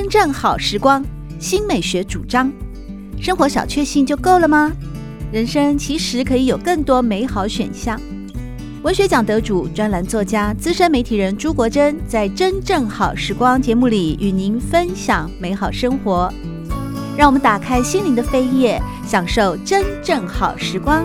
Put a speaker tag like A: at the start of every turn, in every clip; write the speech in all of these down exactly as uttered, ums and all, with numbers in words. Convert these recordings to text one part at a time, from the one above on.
A: 正好时光，新美学主张。生活小确幸就够了吗？人生其实可以有更多美好选项。文学奖得主、专栏作家、资深媒体人朱国珍在《真正好时光》节目里与您分享美好生活。让我们打开心灵的扉页，享受真正好时光。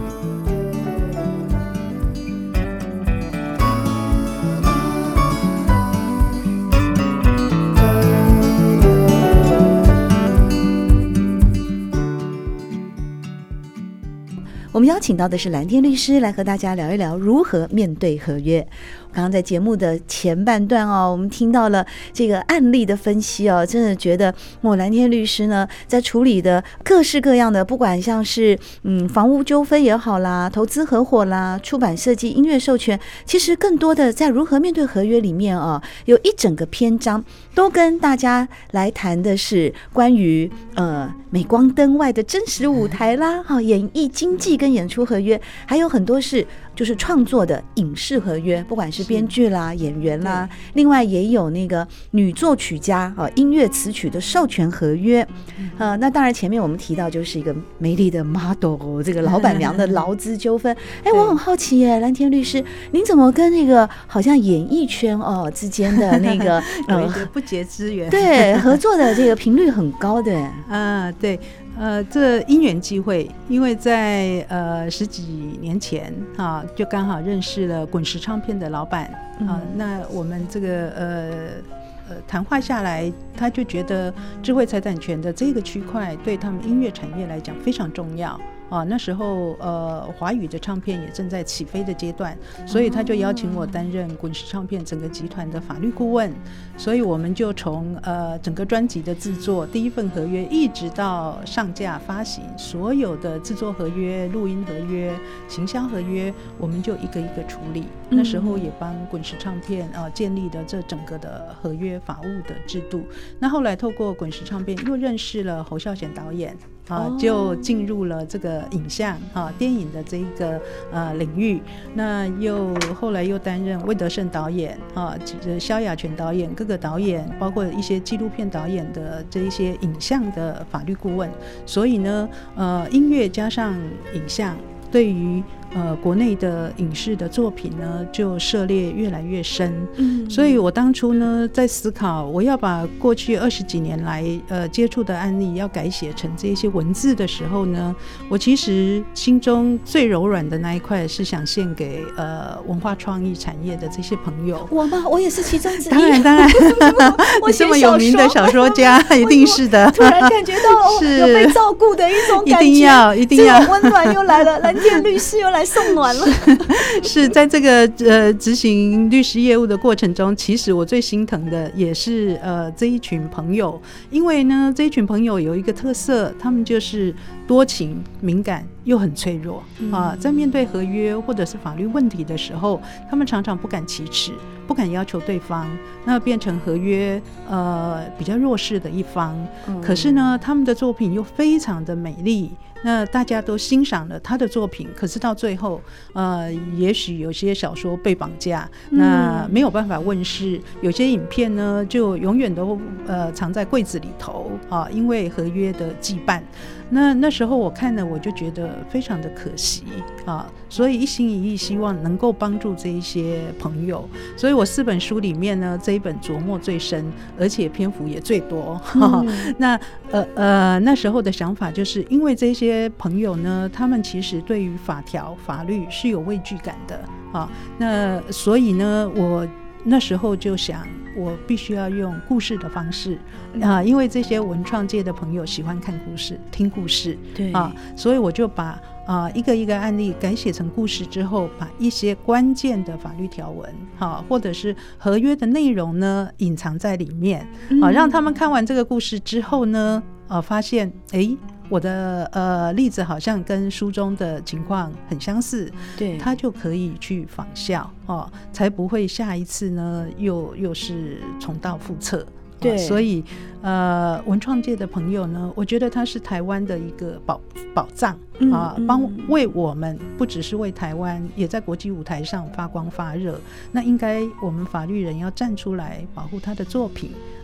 A: 我们邀请到的是蓝天律师来和大家聊一聊如何面对合约。刚刚在节目的前半段哦，我们听到了这个案例的分析哦，真的觉得我蓝天律师呢，在处理的各式各样的，不管像是嗯房屋纠纷也好啦，投资合伙啦，出版设计、音乐授权，其实更多的在如何面对合约里面哦，有一整个篇章都跟大家来谈的是关于呃镁光灯外的真实舞台啦，哈、哦，演艺经纪跟演出合约，还有很多是就是创作的影视合约，不管是编剧啦、演员啦，另外也有那个女作曲家啊、音乐词曲的授权合约。呃，那当然前面我们提到就是一个美丽的 model 这个老板娘的劳资纠纷。哎，我很好奇耶，蓝天律师，您怎么跟那个好像演艺圈哦之间的那个
B: 呃不解之缘，
A: 对合作的这个频率很高的
B: 啊，对。呃，这因缘际会，因为在呃十几年前啊，就刚好认识了滚石唱片的老板啊、嗯，那我们这个呃呃谈话下来，他就觉得智慧财产权的这个区块对他们音乐产业来讲非常重要。啊，那时候呃，华语的唱片也正在起飞的阶段，所以他就邀请我担任滚石唱片整个集团的法律顾问，所以我们就从呃整个专辑的制作第一份合约一直到上架发行，所有的制作合约、录音合约、行销合约，我们就一个一个处理。那时候也帮滚石唱片啊、呃、建立了这整个的合约法务的制度。那后来透过滚石唱片又认识了侯孝贤导演。啊，就进入了这个影像啊电影的这一个呃领域，那又后来又担任魏德胜导演啊、萧亚全导演，各个导演，包括一些纪录片导演的这一些影像的法律顾问，所以呢，呃，音乐加上影像，对于呃，国内的影视的作品呢，就涉猎越来越深。嗯，所以我当初呢，在思考，我要把过去二十几年来呃接触的案例，要改写成这些文字的时候呢，我其实心中最柔软的那一块是想献给呃文化创意产业的这些朋友。
A: 我吗？我也是其中之一。
B: 当然，当然，你这么有名的小说家，一定是的。
A: 突然感觉到、哦、有被照顾的一种感觉，
B: 一定要，一定要，
A: 这种温暖又来了，蓝天律师又来送暖了。
B: 是, 是在这个呃执行律师业务的过程中，其实我最心疼的也是呃这一群朋友，因为呢这一群朋友有一个特色，他们就是多情敏感又很脆弱、嗯、啊，在面对合约或者是法律问题的时候，他们常常不敢启齿，不敢要求对方，那变成合约呃比较弱势的一方、嗯、可是呢他们的作品又非常的美丽，那大家都欣赏了他的作品，可是到最后呃，也许有些小说被绑架、嗯、那没有办法问世，有些影片呢就永远都呃藏在柜子里头啊，因为合约的羁绊。那那时候我看了我就觉得非常的可惜啊，所以一心一意希望能够帮助这一些朋友，所以我四本书里面呢，这一本琢磨最深，而且篇幅也最多、嗯、那呃呃那时候的想法就是因为这些朋友呢，他们其实对于法条法律是有畏惧感的啊，那所以呢我那时候就想我必须要用故事的方式啊、呃，因为这些文创界的朋友喜欢看故事听故事，对啊，所以我就把啊、呃、一个一个案例改写成故事之后，把一些关键的法律条文啊或者是合约的内容呢隐藏在里面啊，让他们看完这个故事之后呢啊发现哎我的呃例子好像跟书中的情况很相似，对，他就可以去仿效哦，才不会下一次呢又又是重蹈覆辙。对、哦，所以呃文创界的朋友呢，我觉得他是台湾的一个宝宝藏啊，帮、呃、为我们不只是为台湾，也在国际舞台上发光发热。那应该我们法律人要站出来保护他的作品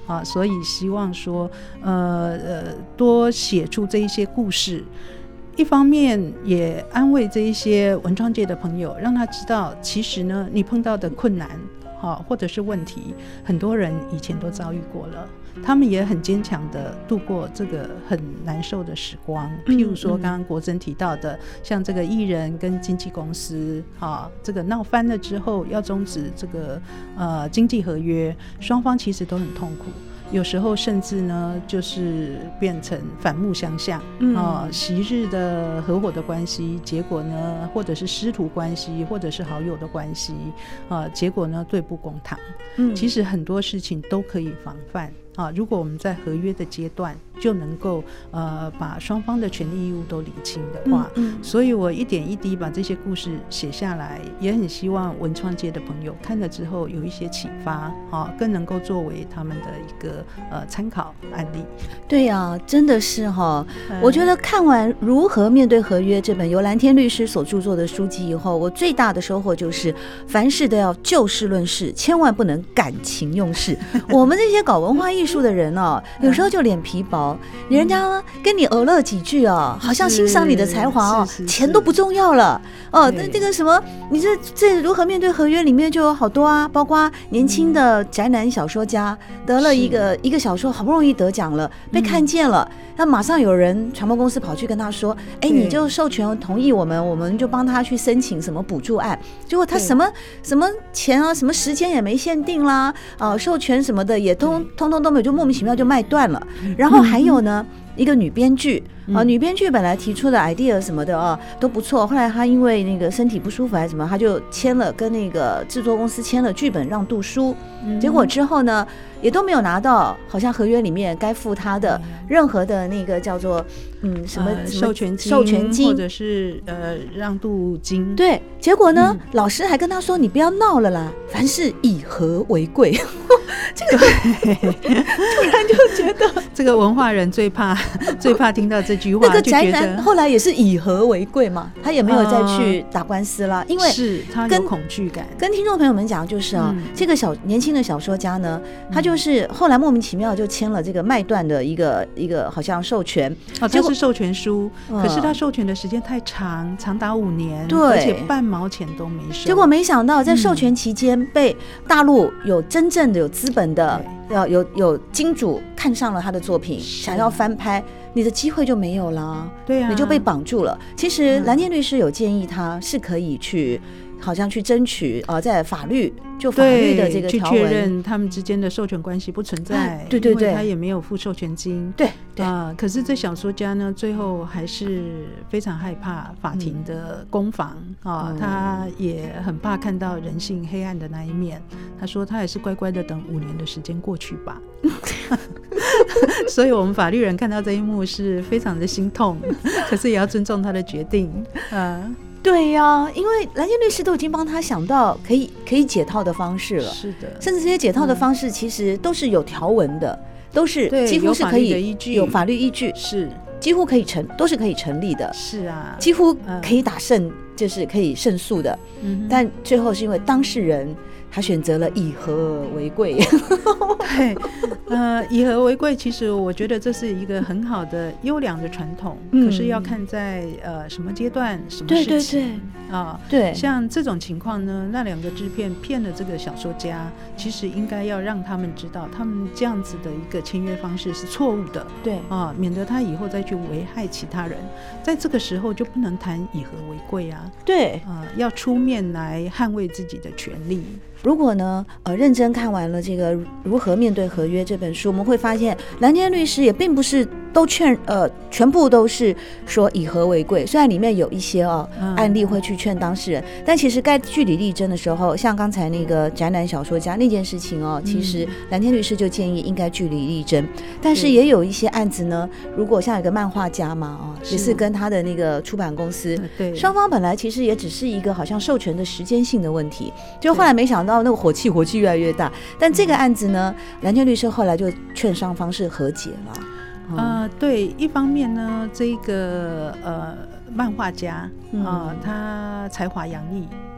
B: 啊，所以希望说呃呃多写出这一些故事，一方面也安慰这一些文创界的朋友，让他知道其实呢你碰到的困难或者是问题，很多人以前都遭遇过了，他们也很坚强的度过这个很难受的时光。譬如说刚刚国珍提到的，像这个艺人跟经纪公司啊，这个闹翻了之后要终止这个呃经纪合约，双方其实都很痛苦，有时候甚至呢就是变成反目相向、嗯啊、昔日的合伙的关系，结果呢或者是师徒关系，或者是好友的关系、啊、结果呢对簿公堂、嗯、其实很多事情都可以防范啊，如果我们在合约的阶段就能够呃把双方的权利义务都理清的话、嗯嗯、所以我一点一滴把这些故事写下来，也很希望文创界的朋友看了之后有一些启发、啊、更能够作为他们的一个呃参考案例。
A: 对啊，真的是哈、嗯，我觉得看完《如何面对合约》这本由蓝天律师所著作的书籍以后，我最大的收获就是凡事都要就事论事，千万不能感情用事。我们这些搞文化艺术的人哦，有时候就脸皮薄，人家跟你讹了几句哦，好像欣赏你的才华哦，钱都不重要了哦。那这个什么，你这这如何面对合约里面就有好多啊，包括年轻的宅男小说家得了一个一个小说好不容易得奖了，被看见了，那、嗯、马上有人传播公司跑去跟他说，哎，你就授权同意我们，我们就帮他去申请什么补助案，结果他什么什么钱啊，什么时间也没限定啦，呃，授权什么的也通通通都没有，就莫名其妙就卖断了。然后还有呢，一个女编剧啊、呃，女编剧本来提出的 idea 什么的啊都不错，后来她因为那个身体不舒服还是什么，她就签了跟那个制作公司签了剧本让渡书，结果之后呢也都没有拿到好像合约里面该付她的任何的那个叫做嗯什么、呃、
B: 什么授权金
A: 授权金
B: 或者是呃让渡金。
A: 对，结果呢、嗯、老师还跟她说你不要闹了啦，凡事以和为贵。这个突然就觉得
B: 这个文化人最怕最怕听到这句话。
A: 那个宅男后来也是以和为贵嘛，他也没有再去打官司啦、呃、因为
B: 是他有恐惧感。
A: 跟听众朋友们讲就是啊、嗯，这个小年轻的小说家呢，他就是后来莫名其妙就签了这个卖断的一个一个好像授权
B: 哦，这是授权书、呃、可是他授权的时间太长，长达五年，
A: 对，
B: 而且半毛钱都没收。
A: 结果没想到在授权期间被大陆有真正的有资本的要有有金主看上了他的作品，想要翻拍，你的机会就没有了。
B: 对啊，
A: 你就被绑住了。其实蓝天律师有建议他是可以去好像去争取呃，在法律就法律的这个条文
B: 去确认他们之间的授权关系不存在、啊、
A: 对对对，
B: 因为他也没有付授权金。
A: 对对
B: 啊、呃，可是这小说家呢最后还是非常害怕法庭的攻防、嗯、啊、嗯，他也很怕看到人性黑暗的那一面。他说他也是乖乖的等五年的时间过去吧。所以我们法律人看到这一幕是非常的心痛，可是也要尊重他的决定啊。
A: 对呀、啊，因为蓝天律师都已经帮他想到可以可以解套的方式了，
B: 是的，
A: 甚至这些解套的方式其实都是有条文的、嗯，都是几乎是可以有法律依据，
B: 是
A: 几乎可以成，都是可以成立的，
B: 是啊，
A: 几乎可以打胜、嗯，就是可以胜诉的、嗯。但最后是因为当事人他选择了以和为贵。
B: 对，呃，以和为贵，其实我觉得这是一个很好的优良的传统、嗯，可是要看在呃什么阶段什么事情。对对对啊、呃，对，像这种情况呢，那两个制片骗了这个小说家，其实应该要让他们知道，他们这样子的一个签约方式是错误的，
A: 对
B: 啊、呃，免得他以后再去危害其他人。在这个时候就不能谈以和为贵啊，
A: 对
B: 啊、呃，要出面来捍卫自己的权利。
A: 如果呢，呃，认真看完了这个《如何面对合约》这本书，我们会发现蓝天律师也并不是都劝，呃，全部都是说以和为贵。虽然里面有一些哦、嗯、案例会去劝当事人，但其实该据理力争的时候，像刚才那个宅男小说家那件事情哦，其实蓝天律师就建议应该据理力争。但是也有一些案子呢，如果像有个漫画家嘛，哦，也是跟他的那个出版公司，
B: 对，
A: 双方本来其实也只是一个好像授权的时间性的问题，就后来没想到。那个火气火气越来越大，但这个案子呢，蓝天律师后来就劝双方是和解了。
B: 嗯、呃，对，一方面呢，这个呃漫画家啊、呃嗯，他才华洋溢，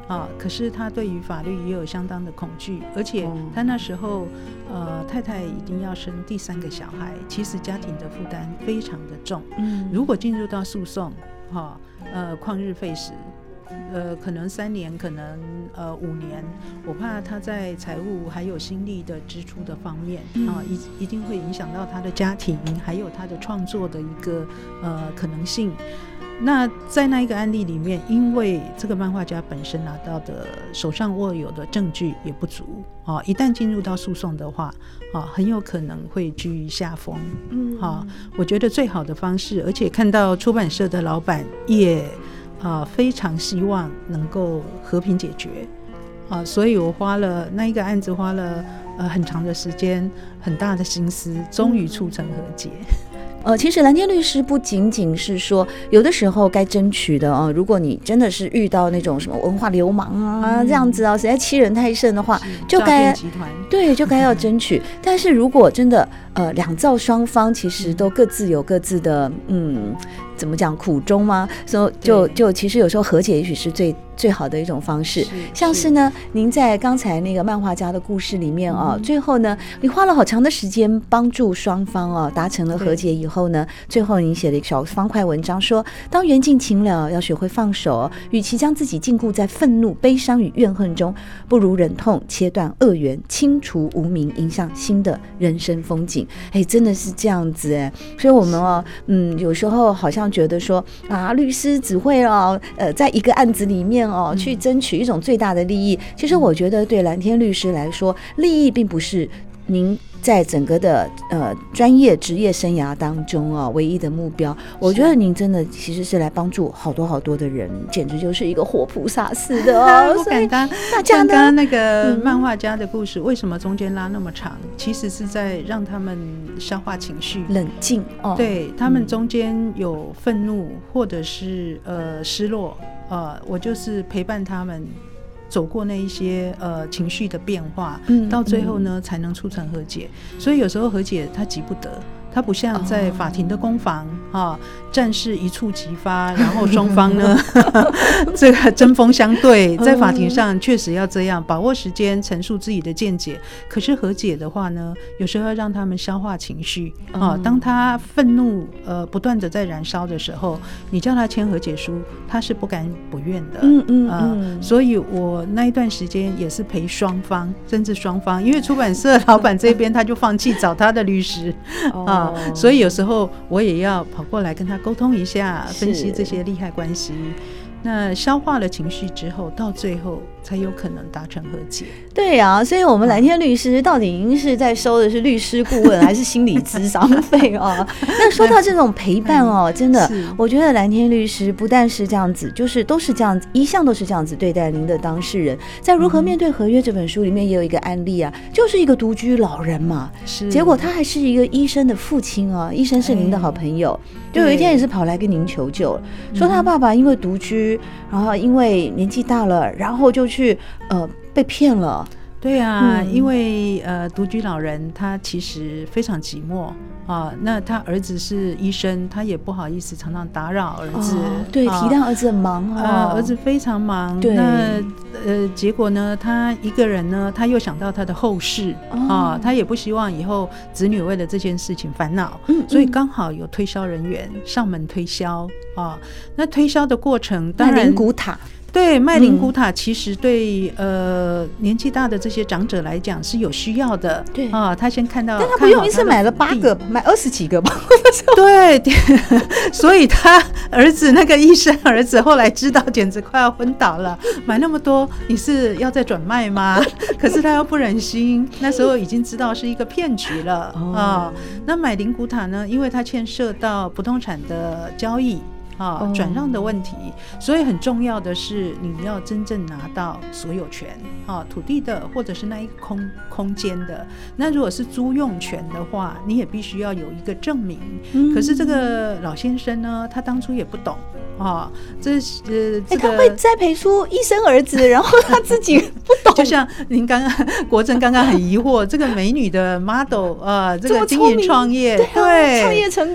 B: 啊，可是他对于法律也有相当的恐惧，而且他那时候呃太太已经要生第三个小孩，其实家庭的负担非常的重。嗯，如果进入到诉讼，哈、呃，旷日费时。呃，可能三年，可能呃五年，我怕他在财务还有心力的支出的方面啊，一一定会影响到他的家庭，还有他的创作的一个呃可能性。那在那一个案例里面，因为这个漫画家本身拿到的手上握有的证据也不足啊，一旦进入到诉讼的话啊，很有可能会居于下风。嗯，啊，我觉得最好的方式，而且看到出版社的老板也。啊，非常希望能够和平解决啊，所以我花了那一个案子花了呃很长的时间，很大的心思，终于促成和解。
A: 呃，其实蓝天律师不仅仅是说有的时候该争取的哦，如果你真的是遇到那种什么文化流氓啊、嗯、这样子啊，实在欺人太甚的话，就该对就该要争取。但是如果真的呃两造双方其实都各自有各自的嗯怎么讲苦衷吗？所以就就其实有时候和解也许是最最好的一种方式。是像是呢，您在刚才那个漫画家的故事里面啊、哦嗯，最后呢，你花了好长的时间帮助双方哦达成了和解以后呢，最后您写了一个小方块文章说，当缘尽情了，要学会放手，与其将自己禁锢在愤怒、悲伤与怨恨中，不如忍痛切断恶缘，清除无名，迎向新的人生风景。哎，真的是这样子哎，所以我们哦，嗯，有时候好像觉得说啊，律师只会哦，呃，在一个案子里面哦，去争取一种最大的利益。其实我觉得对蓝天律师来说，利益并不是您在整个的呃专业职业生涯当中哦唯一的目标。我觉得您真的其实是来帮助好多好多的人，简直就是一个活菩萨似的哦。
B: 不敢当。
A: 大家呢，
B: 刚刚那个漫画家的故事、嗯、为什么中间拉那么长？其实是在让他们消化情绪，
A: 冷静哦。
B: 对，他们中间有愤怒或者是呃失落，呃，我就是陪伴他们。走过那一些呃情绪的变化、嗯、到最后呢、嗯、才能促成和解。所以有时候和解它急不得，它不像在法庭的攻防、哦啊、战事一触即发，然后双方呢这个针锋相对，在法庭上确实要这样把握时间陈述自己的见解。可是和解的话呢，有时候要让他们消化情绪、啊、当他愤怒呃不断的在燃烧的时候，你叫他签和解书，他是不甘不愿的。嗯嗯、呃、所以我那一段时间也是陪双方，甚至双方，因为出版社老板这边他就放弃找他的律师啊、哦，所以有时候我也要跑过来跟他沟通一下，分析这些利害关系。那消化了情绪之后，到最后才有可能达成和解。
A: 对啊，所以我们蓝天律师到底您是在收的是律师顾问还是心理咨商费哦？那说到这种陪伴哦，真的，我觉得蓝天律师不但是这样子，就是都是这样子，一向都是这样子对待您的当事人。在《如何面对合约》这本书里面也有一个案例啊，就是一个独居老人嘛，是结果他还是一个医生的父亲啊，医生是您的好朋友，就有一天也是跑来跟您求救，说他爸爸因为独居。然后因为年纪大了，然后就去呃被骗了。
B: 对啊、嗯、因为呃独居老人他其实非常寂寞啊，那他儿子是医生，他也不好意思常常打扰儿子、哦、
A: 对、啊、体谅儿子很忙哦、
B: 呃、儿子非常忙。对，那呃结果呢，他一个人呢，他又想到他的后事、哦、啊，他也不希望以后子女为了这件事情烦恼、嗯嗯、所以刚好有推销人员上门推销啊。那推销的过程当然
A: 灵骨塔，
B: 对，卖灵骨塔其实对、嗯、呃年纪大的这些长者来讲是有需要的。对啊，他先看到，
A: 但他不用一次买了八个，买二十几个吧。
B: 对，所以他儿子那个医生儿子后来知道，简直快要昏倒了。买那么多，你是要再转卖吗？可是他又不忍心，那时候已经知道是一个骗局了、哦、啊。那买灵骨塔呢，因为它牵涉到不动产的交易。啊，转让的问题，所以很重要的是你要真正拿到所有权啊，土地的或者是那一个空空间的。那如果是租用权的话，你也必须要有一个证明。嗯、可是这个老先生呢，他当初也不懂啊，这呃，这个、
A: 欸、他会栽培出医生儿子，然后他自己不懂。
B: 就像您刚刚国珍刚刚很疑惑，这个美女的 model 啊，这个经营创业，
A: 对，创、啊、业成功。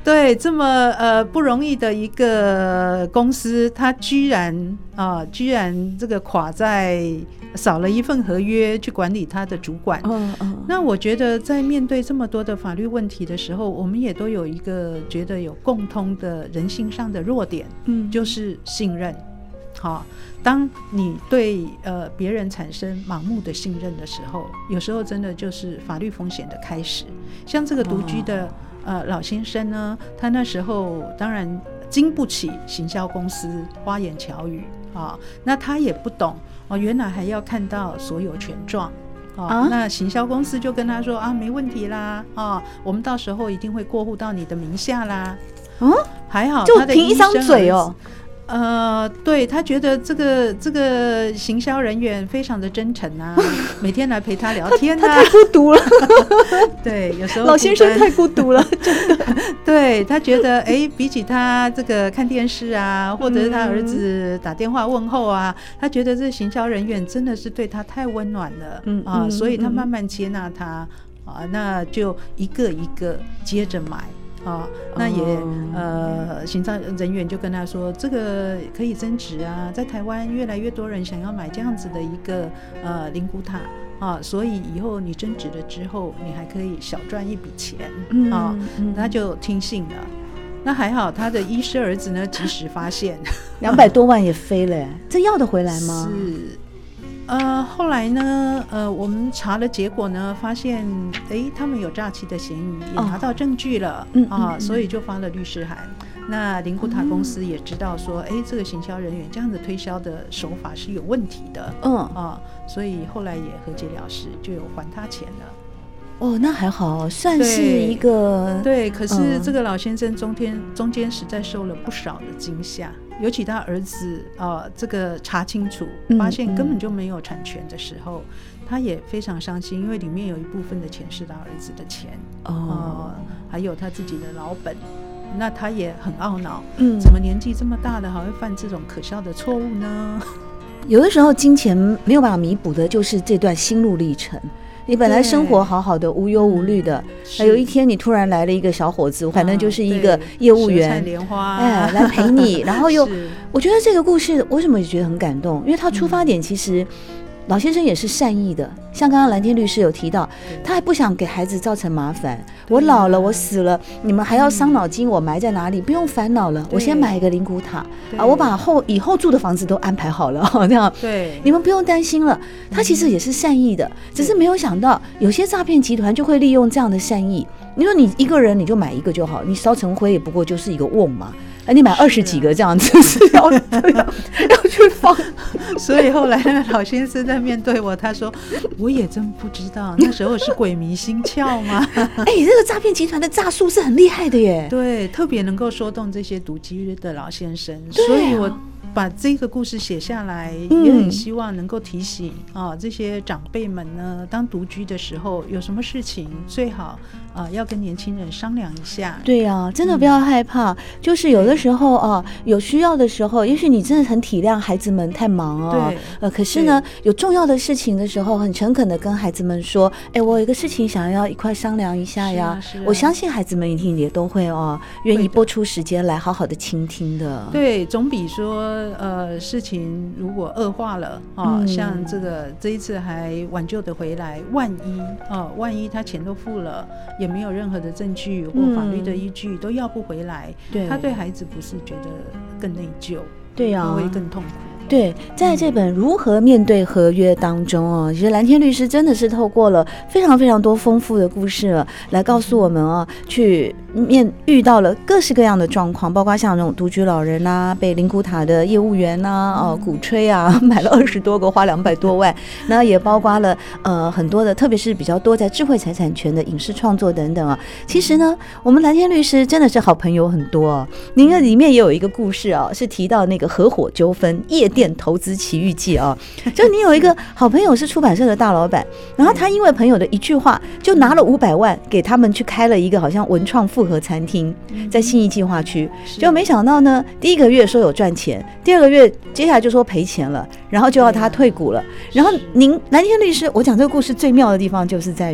B: 对，这么呃不容易的一个公司，它居然啊、呃，居然这个垮在少了一份合约去管理它的主管。
A: 嗯嗯。
B: 那我觉得在面对这么多的法律问题的时候，我们也都有一个觉得有共通的人性上的弱点，嗯，就是信任。好，当你对呃别人产生盲目的信任的时候，有时候真的就是法律风险的开始。像这个独居的、哦。呃，老先生呢，他那时候当然经不起行销公司花言巧语啊，那他也不懂哦，原来还要看到所有权状啊，啊那行销公司就跟他说啊，没问题啦啊，我们到时候一定会过户到你的名下啦。嗯、啊，还好他的
A: 就凭一张嘴哦。
B: 呃，对，他觉得这个这个行销人员非常的真诚啊，每天来陪他聊天啊，
A: 他, 他太孤独了。
B: 对，有时候
A: 老先生太孤独了，真的。
B: 对，他觉得，哎，比起他这个看电视啊，或者是他儿子打电话问候啊，嗯、他觉得这行销人员真的是对他太温暖了，嗯啊，嗯所以他慢慢接纳他啊，那就一个一个接着买。哦，那也、oh. 呃，行政人员就跟他说，这个可以增值啊，在台湾越来越多人想要买这样子的一个呃灵骨塔啊，所以以后你增值了之后，你还可以小赚一笔钱啊，嗯、他就听信了。那还好，他的医师儿子呢及时发现，
A: 两百多万也飞了，这要得回来吗？
B: 是。呃，后来呢，呃，我们查了结果呢，发现，哎，他们有诈欺的嫌疑，也拿到证据了，哦、啊、嗯嗯，所以就发了律师函。那灵骨塔公司也知道说，哎、嗯，这个行销人员这样的推销的手法是有问题的，嗯啊，所以后来也和解了事，就有还他钱了。
A: 哦，那还好，算是一个
B: 对, 对，可是这个老先生中间、嗯、中间实在受了不少的惊吓。尤其他儿子呃，这个查清楚发现根本就没有产权的时候、嗯嗯、他也非常伤心，因为里面有一部分的钱是他儿子的钱、哦呃、还有他自己的老本，那他也很懊恼、嗯、怎么年纪这么大了还会犯这种可笑的错误呢？
A: 有的时候金钱没有办法弥补的就是这段心路历程，你本来生活好好的无忧无虑的，还有一天你突然来了一个小伙子，反正就是一个业务员、
B: 舌灿莲花、
A: 哎、来陪你然后又我觉得这个故事为什么也觉得很感动，因为他出发点其实、嗯、老先生也是善意的，像刚刚蓝天律师有提到，他还不想给孩子造成麻烦，我老了我死了你们还要伤脑筋、嗯、我埋在哪里，不用烦恼了，我先买一个灵骨塔啊，我把后以后住的房子都安排好了，这样对你们不用担心了。他其实也是善意的、嗯、只是没有想到有些诈骗集团就会利用这样的善意，你说你一个人你就买一个就好，你烧成灰也不过就是一个瓮嘛，而你买二十几个这样子是要要去放
B: 所以后来那个老先生在面对我，他说我也真不知道那时候是鬼迷心窍吗
A: 哎、欸，这个诈骗集团的诈术是很厉害的耶，
B: 对，特别能够说动这些独居的老先生、啊、所以我把这个故事写下来、嗯、也很希望能够提醒、啊、这些长辈们呢，当独居的时候有什么事情最好、啊、要跟年轻人商量一下。
A: 对啊，真的不要害怕、嗯、就是有的时候啊，有需要的时候也许你真的很体谅孩子们太忙啊，对、呃、可是呢有重要的事情的时候很诚恳的跟孩子们说，哎，我有一个事情想要一块商量一下呀、是啊是啊、我相信孩子们一定也都会哦愿意拨出时间来好好的倾听的。
B: 对，总比说呃，事情如果恶化了啊、嗯，像这个这一次还挽救的回来，万一啊，万一他钱都付了，也没有任何的证据或法律的依据、嗯、都要不回来，对，他对孩子不是觉得更内疚，
A: 对啊，
B: 会更痛苦。
A: 对，在这本如何面对合约当中哦，其实蓝天律师真的是透过了非常非常多丰富的故事了，来告诉我们哦，去面遇到了各式各样的状况，包括像那种独居老人啊，被灵骨塔的业务员啊，哦鼓吹啊，买了二十多个，花两百多万，那也包括了呃很多的，特别是比较多在智慧财产权的影视创作等等啊。其实呢，我们蓝天律师真的是好朋友很多哦。您的里面也有一个故事啊，是提到那个合伙纠纷、夜店投资奇遇记啊，就你有一个好朋友是出版社的大老板，然后他因为朋友的一句话，就拿了五百万给他们去开了一个好像文创复合餐厅，在信义计划区，就没想到呢，第一个月说有赚钱，第二个月接下来就说赔钱了，然后就要他退股了。然后您蓝天律师，我讲这个故事最妙的地方就是在于啊，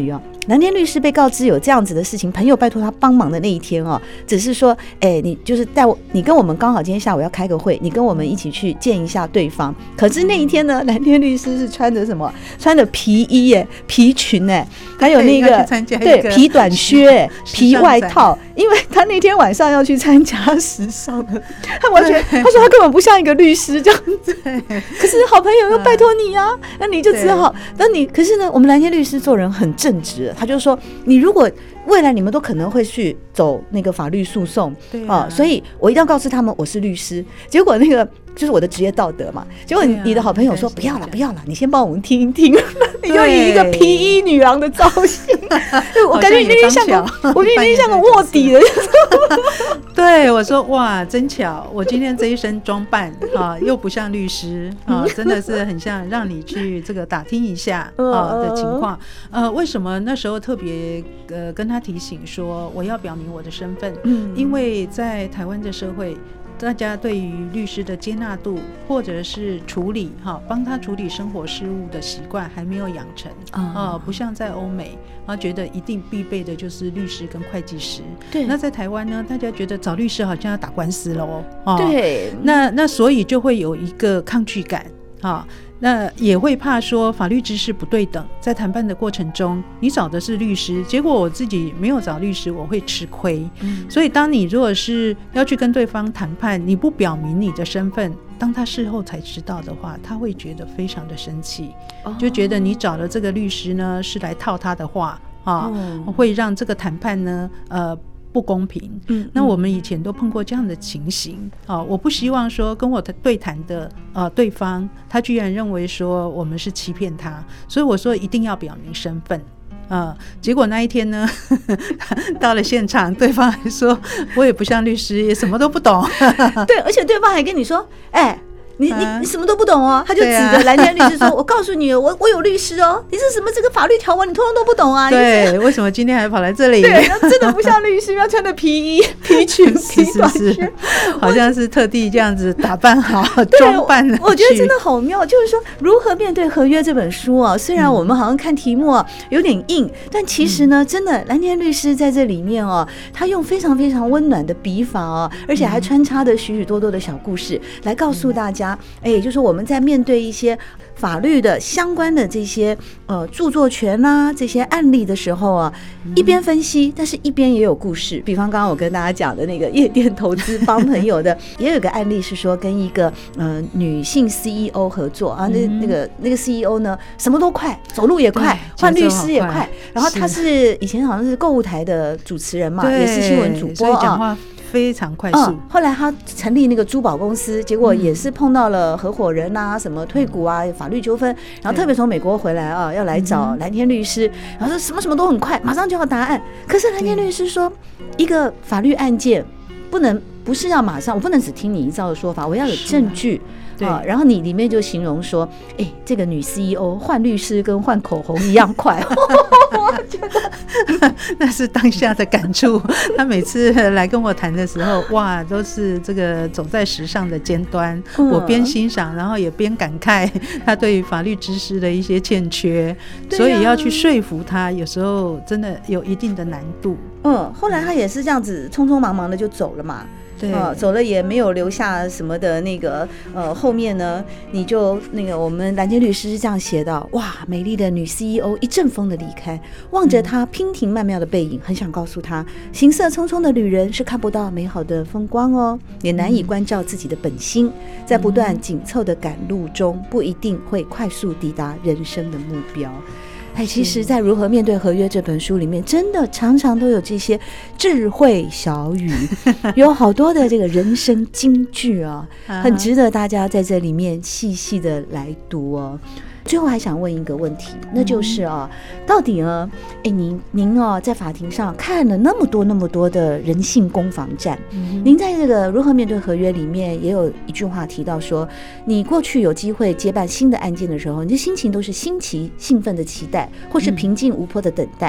A: 蓝天律师被告知有这样子的事情，朋友拜托他帮忙的那一天哦，只是说，哎，你就是带我，你跟我们刚好今天下午要开个会，你跟我们一起去见一下对方。可是那一天呢，蓝天律师是穿着什么？穿着皮衣耶、皮裙哎，还有那个对皮短靴、皮外套，因为他那天晚上要去参加时尚的，他完全他说他根本不像一个律师这样子。可是好朋友又拜托你啊，那你就只好，那你可是呢，我们蓝天律师做人很正直，他就说你如果未来你们都可能会去走那个法律诉讼，对啊、哦，所以我一定要告诉他们我是律师。结果那个就是我的职业道德嘛。结果你的好朋友说、啊、不要了，不要了，你先帮我们听一听。你就以一个皮衣女郎的造型，我感觉你那天像个，我觉得你那天像个卧底的。
B: 对，我说哇，真巧，我今天这一身装扮啊，又不像律师啊，真的是很像让你去这个打听一下啊的情况。呃，为什么那时候特别呃跟他提醒说我要表明我的身份？嗯，因为在台湾的社会，大家对于律师的接纳度，或者是处理哈，帮他处理生活事务的习惯还没有养成啊、呃，不像在欧美啊，觉得一定必备的就是律师跟会计师。对，那在台湾呢，大家觉得找律师好像要打官司喽。哦、对，那那所以就会有一个抗拒感啊。那也会怕说法律知识不对等，在谈判的过程中你找的是律师，结果我自己没有找律师，我会吃亏、嗯、所以当你如果是要去跟对方谈判，你不表明你的身份，当他事后才知道的话，他会觉得非常的生气、哦、就觉得你找的这个律师呢是来套他的话、啊哦、会让这个谈判呢呃不公平。嗯，那我们以前都碰过这样的情形啊，我不希望说跟我对谈的呃对方，他居然认为说我们是欺骗他，所以我说一定要表明身份。呃，结果那一天呢到了现场，对方还说我也不像律师，也什么都不懂。
A: 对，而且对方还跟你说，哎。你你你什么都不懂哦，他就指着蓝天律师说：“啊、我告诉你，我我有律师哦，你是什么这个法律条文，你通通都不懂啊！”
B: 对，为什么今天还跑来这里？
A: 对，真的不像律师，要穿的皮衣、皮裙、皮短靴，
B: 是是是，好像是特地这样子打扮好、装扮的。
A: 我觉得真的好妙，就是说如何面对合约这本书啊，虽然我们好像看题目、啊、有点硬，但其实呢，真的蓝天律师在这里面哦、啊，他用非常非常温暖的笔法哦、啊，而且还穿插的许许多多的小故事来告诉大家。哎，也就是我们在面对一些法律的相关的这些呃著作权啦、啊、这些案例的时候啊，一边分析，但是一边也有故事。比方刚刚我跟大家讲的那个夜店投资帮朋友的，也有个案例是说跟一个呃女性 C E O 合作啊，那那个那个 C E O 呢什么都快，走路也快，换律师也快，然后他是以前好像是购物台的主持人嘛，也是新闻主播啊。
B: 非常快速、嗯、
A: 后来他成立那个珠宝公司，结果也是碰到了合伙人啊、什么退股啊、法律纠纷，然后特别从美国回来啊，要来找蓝天律师，然后说什么什么都很快，马上就要答案。可是蓝天律师说，一个法律案件不能不是要马上，我不能只听你一照的说法，我要有证据。对、啊，然后你里面就形容说，哎、欸，这个女 C E O 换律师跟换口红一样快，我觉得
B: 那是当下的感触。他每次来跟我谈的时候，哇，都是这个走在时尚的尖端。嗯、我边欣赏，然后也边感慨他对于法律知识的一些欠缺，啊、所以要去说服他，有时候真的有一定的难度。
A: 嗯，后来他也是这样子匆匆忙忙的就走了嘛。对、呃，走了也没有留下什么的那个呃，后面呢，你就那个我们蓝天律师是这样写的，哇，美丽的女 C E O 一阵风的离开，望着她娉婷曼妙的背影，很想告诉她，行色匆匆的旅人是看不到美好的风光哦，也难以关照自己的本心，在不断紧凑的赶路中，不一定会快速抵达人生的目标。哎，其实在如何面对合约这本书里面，真的常常都有这些智慧小语，有好多的这个人生金句啊，很值得大家在这里面细细的来读哦。最后还想问一个问题，那就是啊，到底呢，哎，您您哦，在法庭上看了那么多那么多的人性攻防战，嗯、您在这个如何面对合约里面也有一句话提到说，你过去有机会接办新的案件的时候，你的心情都是新奇兴奋的期待，或是平静无波的等待。嗯、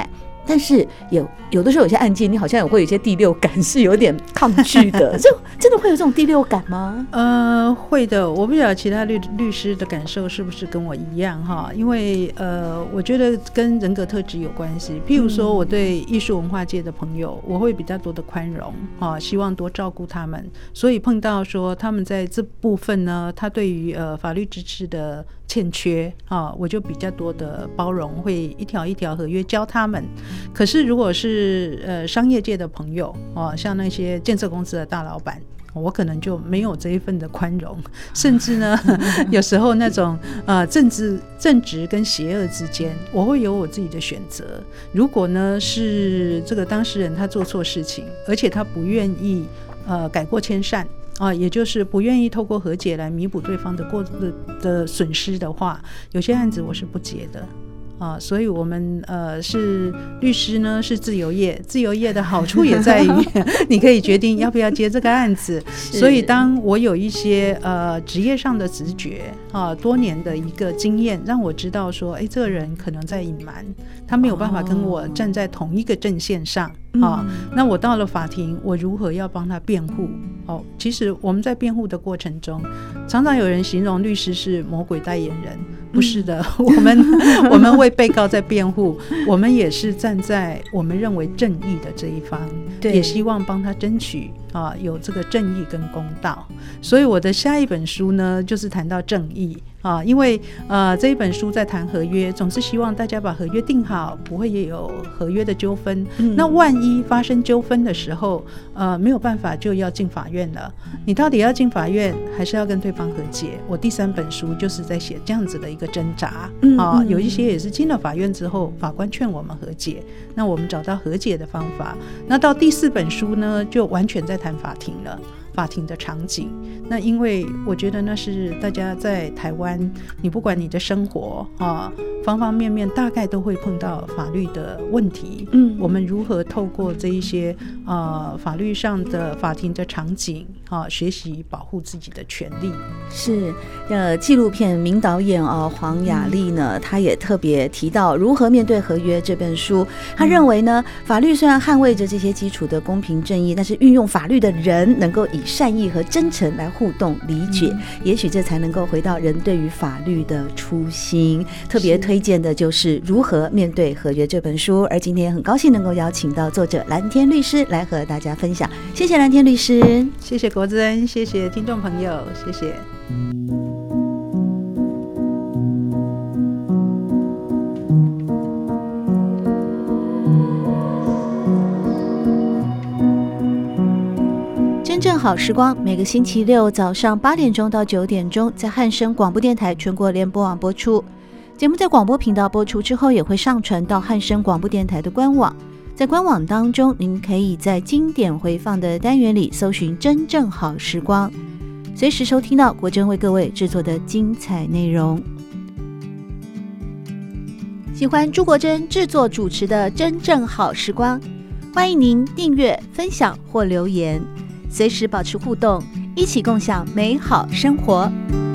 A: 但是有有的时候有些案件，你好像也会有一些第六感是有点抗拒的，就真的会有这种第六感吗？
B: 呃，会的。我不晓得其他律律师的感受是不是跟我一样哈，因为呃，我觉得跟人格特质有关系。譬如说，我对艺术文化界的朋友，我会比较多的宽容啊，希望多照顾他们。所以碰到说他们在这部分呢，他对于呃法律支持的欠缺啊，我就比较多的包容，会一条一条合约教他们。可是如果是呃商业界的朋友啊，像那些建设公司的大老板，我可能就没有这一份的宽容，甚至呢，有时候那种呃正直正直跟邪恶之间，我会有我自己的选择。如果呢是这个当事人他做错事情，而且他不愿意呃改过迁善。啊，也就是不愿意透过和解来弥补对方的过的的损失的话，有些案子我是不结的。啊，所以我们呃是律师呢，是自由业，自由业的好处也在于你可以决定要不要接这个案子。所以当我有一些呃职业上的直觉啊，多年的一个经验，让我知道说，哎，这个人可能在隐瞒，他没有办法跟我站在同一个阵线上。啊，那我到了法庭，我如何要帮他辩护？哦，其实我们在辩护的过程中，常常有人形容律师是魔鬼代言人，不是的，嗯、我们我们为被告在辩护，我们也是站在我们认为正义的这一方，也希望帮他争取啊有这个正义跟公道。所以我的下一本书呢，就是谈到正义。啊，因为呃这一本书在谈合约，总是希望大家把合约定好，不会也有合约的纠纷。嗯、那万一发生纠纷的时候，呃没有办法就要进法院了。你到底要进法院，还是要跟对方和解？我第三本书就是在写这样子的一个挣扎。嗯、啊，有一些也是进了法院之后，法官劝我们和解，那我们找到和解的方法。那到第四本书呢，就完全在谈法庭了。法庭的场景，那因为我觉得那是大家在台湾，你不管你的生活啊，方方面面大概都会碰到法律的问题。嗯，我们如何透过这一些呃法律上的法庭的场景啊，学习保护自己的权利。
A: 是呃，纪录片名导演啊、呃、黄雅莉呢，她也特别提到《如何面对合约》这本书。她认为呢，法律虽然捍卫着这些基础的公平正义，但是运用法律的人能够以善意和真诚来互动理解，嗯、也许这才能够回到人对于法律的初心。特别推荐的就是《如何面对合约》这本书，而今天很高兴能够邀请到作者蓝天律师来和大家分享。谢谢蓝天律师，
B: 谢谢国珍，谢谢听众朋友，谢谢。
A: 真正好时光，每个星期六早上八点钟到九点钟，在汉声广播电台全国联播网播出。节目在广播频道播出之后，也会上传到汉声广播电台的官网。在官网当中，您可以在经典回放的单元里搜寻真正好时光，随时收听到国珍为各位制作的精彩内容。喜欢朱国珍制作主持的真正好时光，欢迎您订阅、分享或留言，随时保持互动，一起共享美好生活。